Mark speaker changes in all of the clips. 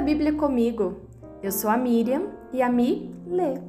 Speaker 1: Bíblia comigo. Eu sou a Miriam e a Mi lê.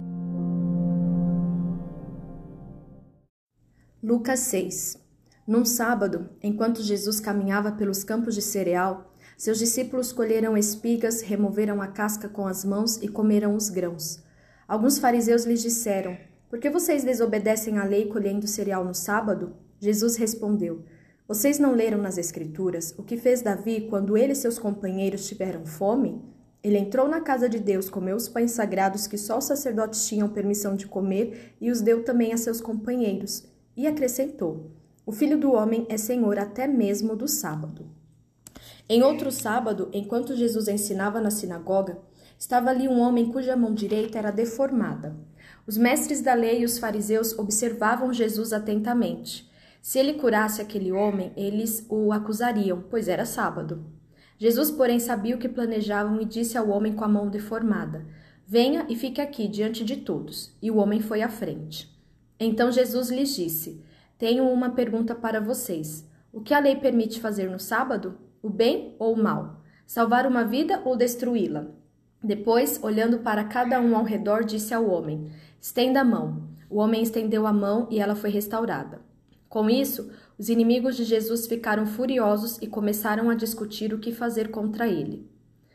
Speaker 1: Lucas 6. Num sábado, enquanto Jesus caminhava pelos campos de cereal, seus discípulos colheram espigas, removeram a casca com as mãos e comeram os grãos. Alguns fariseus lhes disseram: "Por que vocês desobedecem à lei colhendo cereal no sábado?" Jesus respondeu: "Vocês não leram nas Escrituras o que fez Davi quando ele e seus companheiros tiveram fome? Ele entrou na casa de Deus, comeu os pães sagrados que só os sacerdotes tinham permissão de comer e os deu também a seus companheiros. E acrescentou: o Filho do Homem é Senhor até mesmo do sábado." Em outro sábado, enquanto Jesus ensinava na sinagoga, estava ali um homem cuja mão direita era deformada. Os mestres da lei e os fariseus observavam Jesus atentamente. Se ele curasse aquele homem, eles o acusariam, pois era sábado. Jesus, porém, sabia o que planejavam e disse ao homem com a mão deformada: "Venha e fique aqui diante de todos." E o homem foi à frente. Então Jesus lhes disse: "Tenho uma pergunta para vocês. O que a lei permite fazer no sábado? O bem ou o mal? Salvar uma vida ou destruí-la?" Depois, olhando para cada um ao redor, disse ao homem: "Estenda a mão." O homem estendeu a mão e ela foi restaurada. Com isso, os inimigos de Jesus ficaram furiosos e começaram a discutir o que fazer contra ele.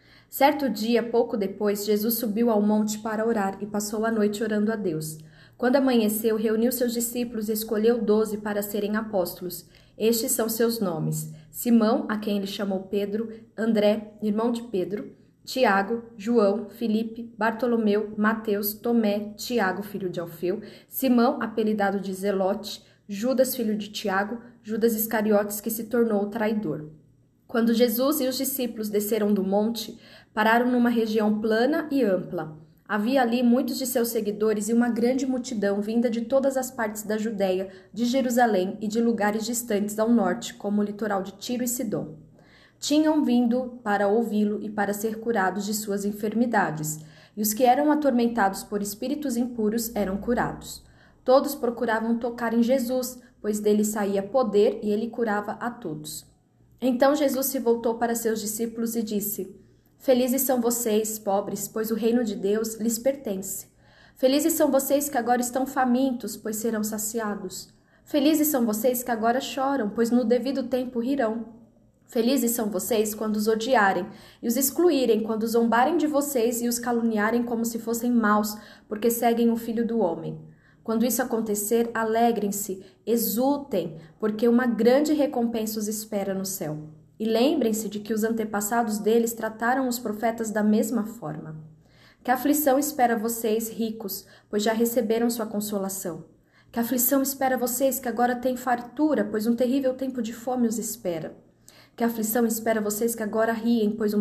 Speaker 1: Certo dia, pouco depois, Jesus subiu ao monte para orar e passou a noite orando a Deus. Quando amanheceu, reuniu seus discípulos e escolheu 12 para serem apóstolos. Estes são seus nomes: Simão, a quem ele chamou Pedro; André, irmão de Pedro; Tiago, João, Filipe, Bartolomeu, Mateus, Tomé, Tiago, filho de Alfeu; Simão, apelidado de Zelote; Judas, filho de Tiago; Judas Iscariotes, que se tornou o traidor. Quando Jesus e os discípulos desceram do monte, pararam numa região plana e ampla. Havia ali muitos de seus seguidores e uma grande multidão vinda de todas as partes da Judéia, de Jerusalém e de lugares distantes ao norte, como o litoral de Tiro e Sidom. Tinham vindo para ouvi-lo e para ser curados de suas enfermidades, e os que eram atormentados por espíritos impuros eram curados. Todos procuravam tocar em Jesus, pois dele saía poder e ele curava a todos. Então Jesus se voltou para seus discípulos e disse: "Felizes são vocês, pobres, pois o reino de Deus lhes pertence. Felizes são vocês que agora estão famintos, pois serão saciados. Felizes são vocês que agora choram, pois no devido tempo rirão. Felizes são vocês quando os odiarem e os excluírem, quando zombarem de vocês e os caluniarem como se fossem maus, porque seguem o Filho do Homem. Quando isso acontecer, alegrem-se, exultem, porque uma grande recompensa os espera no céu. E lembrem-se de que os antepassados deles trataram os profetas da mesma forma. Que aflição espera vocês, ricos, pois já receberam sua consolação. Que aflição espera vocês que agora têm fartura, pois um terrível tempo de fome os espera. Que aflição espera vocês que agora riem, pois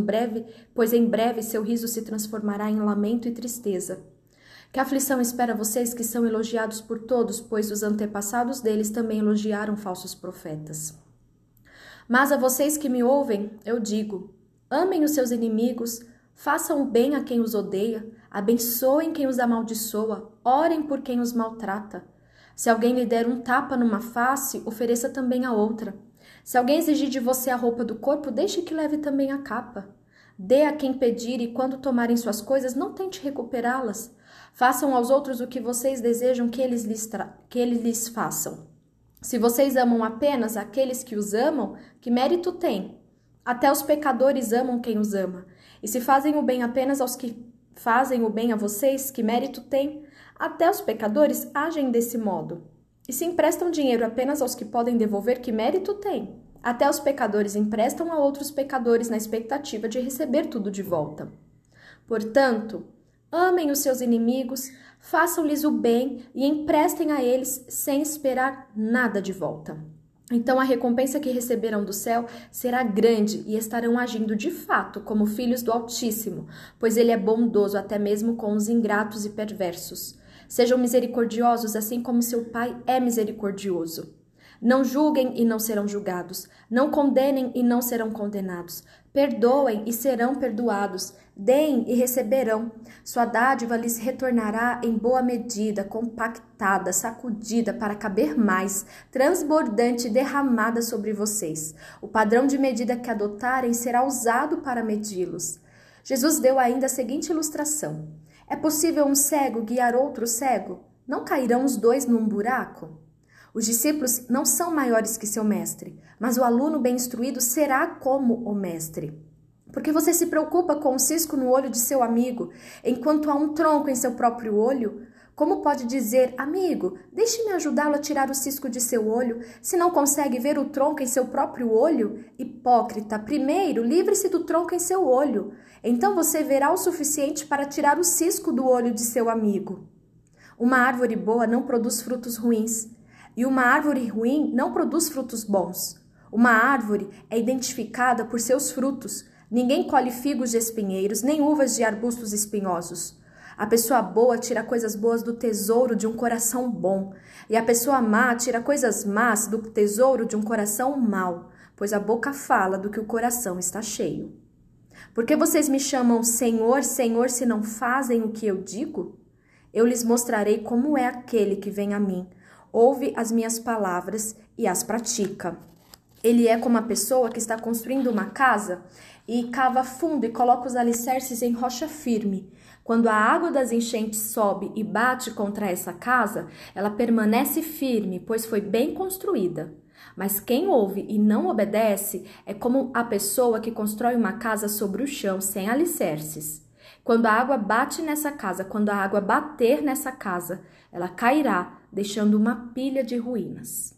Speaker 1: em breve seu riso se transformará em lamento e tristeza. Que aflição espera vocês que são elogiados por todos, pois os antepassados deles também elogiaram falsos profetas. Mas a vocês que me ouvem, eu digo: amem os seus inimigos, façam o bem a quem os odeia, abençoem quem os amaldiçoa, orem por quem os maltrata. Se alguém lhe der um tapa numa face, ofereça também a outra. Se alguém exigir de você a roupa do corpo, deixe que leve também a capa. Dê a quem pedir e quando tomarem suas coisas, não tente recuperá-las. Façam aos outros o que vocês desejam que eles lhes façam. Se vocês amam apenas aqueles que os amam, que mérito tem? Até os pecadores amam quem os ama. E se fazem o bem apenas aos que fazem o bem a vocês, que mérito tem? Até os pecadores agem desse modo. E se emprestam dinheiro apenas aos que podem devolver, que mérito tem? Até os pecadores emprestam a outros pecadores na expectativa de receber tudo de volta. Portanto, amem os seus inimigos, façam-lhes o bem e emprestem a eles sem esperar nada de volta. Então a recompensa que receberão do céu será grande e estarão agindo de fato como filhos do Altíssimo, pois ele é bondoso até mesmo com os ingratos e perversos. Sejam misericordiosos assim como seu Pai é misericordioso. Não julguem e não serão julgados. Não condenem e não serão condenados. Perdoem e serão perdoados. Deem e receberão. Sua dádiva lhes retornará em boa medida, compactada, sacudida para caber mais, transbordante e derramada sobre vocês. O padrão de medida que adotarem será usado para medi-los. Jesus deu ainda a seguinte ilustração: é possível um cego guiar outro cego? Não cairão os dois num buraco? Os discípulos não são maiores que seu mestre, mas o aluno bem instruído será como o mestre. Porque você se preocupa com o cisco no olho de seu amigo, enquanto há um tronco em seu próprio olho? Como pode dizer, amigo, deixe-me ajudá-lo a tirar o cisco de seu olho, se não consegue ver o tronco em seu próprio olho? Hipócrita, primeiro livre-se do tronco em seu olho, então você verá o suficiente para tirar o cisco do olho de seu amigo. Uma árvore boa não produz frutos ruins, e uma árvore ruim não produz frutos bons. Uma árvore é identificada por seus frutos. Ninguém colhe figos de espinheiros, nem uvas de arbustos espinhosos. A pessoa boa tira coisas boas do tesouro de um coração bom, e a pessoa má tira coisas más do tesouro de um coração mau, pois a boca fala do que o coração está cheio. Por que vocês me chamam Senhor, Senhor, se não fazem o que eu digo? Eu lhes mostrarei como é aquele que vem a mim, ouve as minhas palavras e as pratica. Ele é como a pessoa que está construindo uma casa e cava fundo e coloca os alicerces em rocha firme. Quando a água das enchentes sobe e bate contra essa casa, ela permanece firme, pois foi bem construída. Mas quem ouve e não obedece é como a pessoa que constrói uma casa sobre o chão sem alicerces. Quando a água bate nessa casa, quando a água bater nessa casa, ela cairá, deixando uma pilha de ruínas.